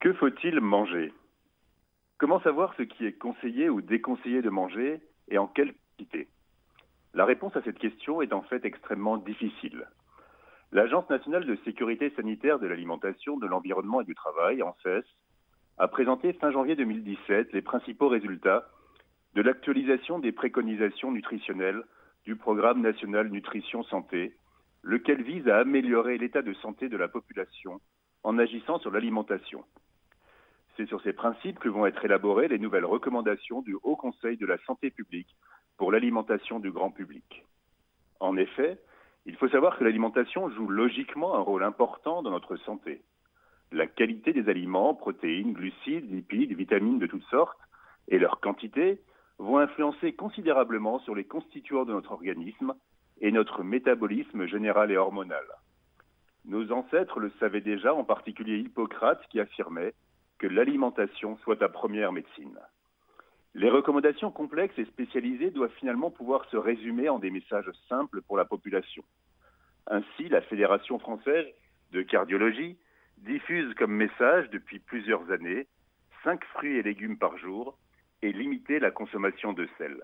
Que faut-il manger? Comment savoir ce qui est conseillé ou déconseillé de manger et en quelle quantité? La réponse à cette question est en fait extrêmement difficile. L'Agence nationale de sécurité sanitaire de l'alimentation, de l'environnement et du travail, ANSES, a présenté fin janvier 2017 les principaux résultats de l'actualisation des préconisations nutritionnelles du programme national nutrition santé, lequel vise à améliorer l'état de santé de la population en agissant sur l'alimentation. C'est sur ces principes que vont être élaborées les nouvelles recommandations du Haut Conseil de la santé publique pour l'alimentation du grand public. En effet, il faut savoir que l'alimentation joue logiquement un rôle important dans notre santé. La qualité des aliments, protéines, glucides, lipides, vitamines de toutes sortes, et leur quantité vont influencer considérablement sur les constituants de notre organisme et notre métabolisme général et hormonal. Nos ancêtres le savaient déjà, en particulier Hippocrate qui affirmait que l'alimentation soit ta première médecine. Les recommandations complexes et spécialisées doivent finalement pouvoir se résumer en des messages simples pour la population. Ainsi, la Fédération française de cardiologie diffuse comme message depuis plusieurs années 5 fruits et légumes par jour et limiter la consommation de sel.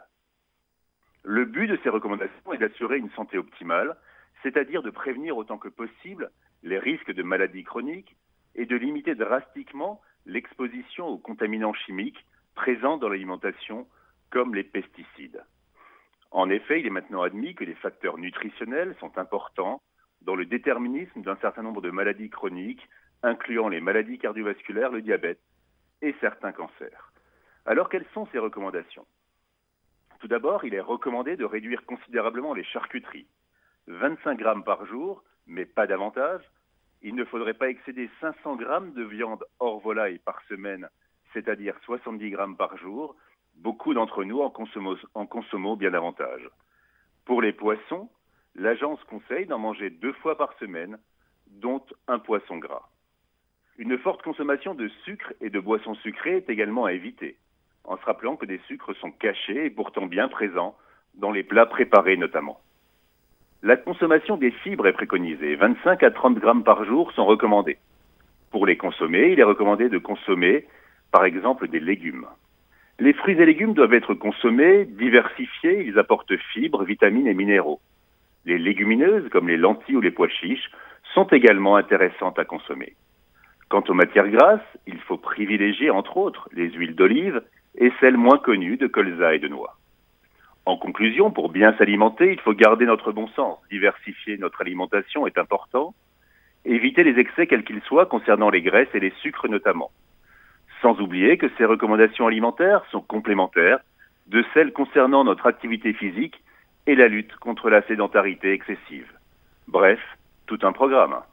Le but de ces recommandations est d'assurer une santé optimale, c'est-à-dire de prévenir autant que possible les risques de maladies chroniques et de limiter drastiquement l'exposition aux contaminants chimiques présents dans l'alimentation, comme les pesticides. En effet, il est maintenant admis que les facteurs nutritionnels sont importants dans le déterminisme d'un certain nombre de maladies chroniques, incluant les maladies cardiovasculaires, le diabète et certains cancers. Alors, quelles sont ces recommandations? Tout d'abord, il est recommandé de réduire considérablement les charcuteries. 25 grammes par jour, mais pas davantage. Il ne faudrait pas excéder 500 grammes de viande hors volaille par semaine, c'est-à-dire 70 grammes par jour. Beaucoup d'entre nous en consommons bien davantage. Pour les poissons, l'agence conseille d'en manger 2 fois par semaine, dont un poisson gras. Une forte consommation de sucre et de boissons sucrées est également à éviter, en se rappelant que des sucres sont cachés et pourtant bien présents dans les plats préparés notamment. La consommation des fibres est préconisée. 25 à 30 grammes par jour sont recommandés. Pour les consommer, il est recommandé de consommer, par exemple, des légumes. Les fruits et légumes doivent être consommés, diversifiés, ils apportent fibres, vitamines et minéraux. Les légumineuses, comme les lentilles ou les pois chiches, sont également intéressantes à consommer. Quant aux matières grasses, il faut privilégier, entre autres, les huiles d'olive et celles moins connues de colza et de noix. En conclusion, pour bien s'alimenter, il faut garder notre bon sens. Diversifier notre alimentation est important. Éviter les excès quels qu'ils soient concernant les graisses et les sucres notamment. Sans oublier que ces recommandations alimentaires sont complémentaires de celles concernant notre activité physique et la lutte contre la sédentarité excessive. Bref, tout un programme.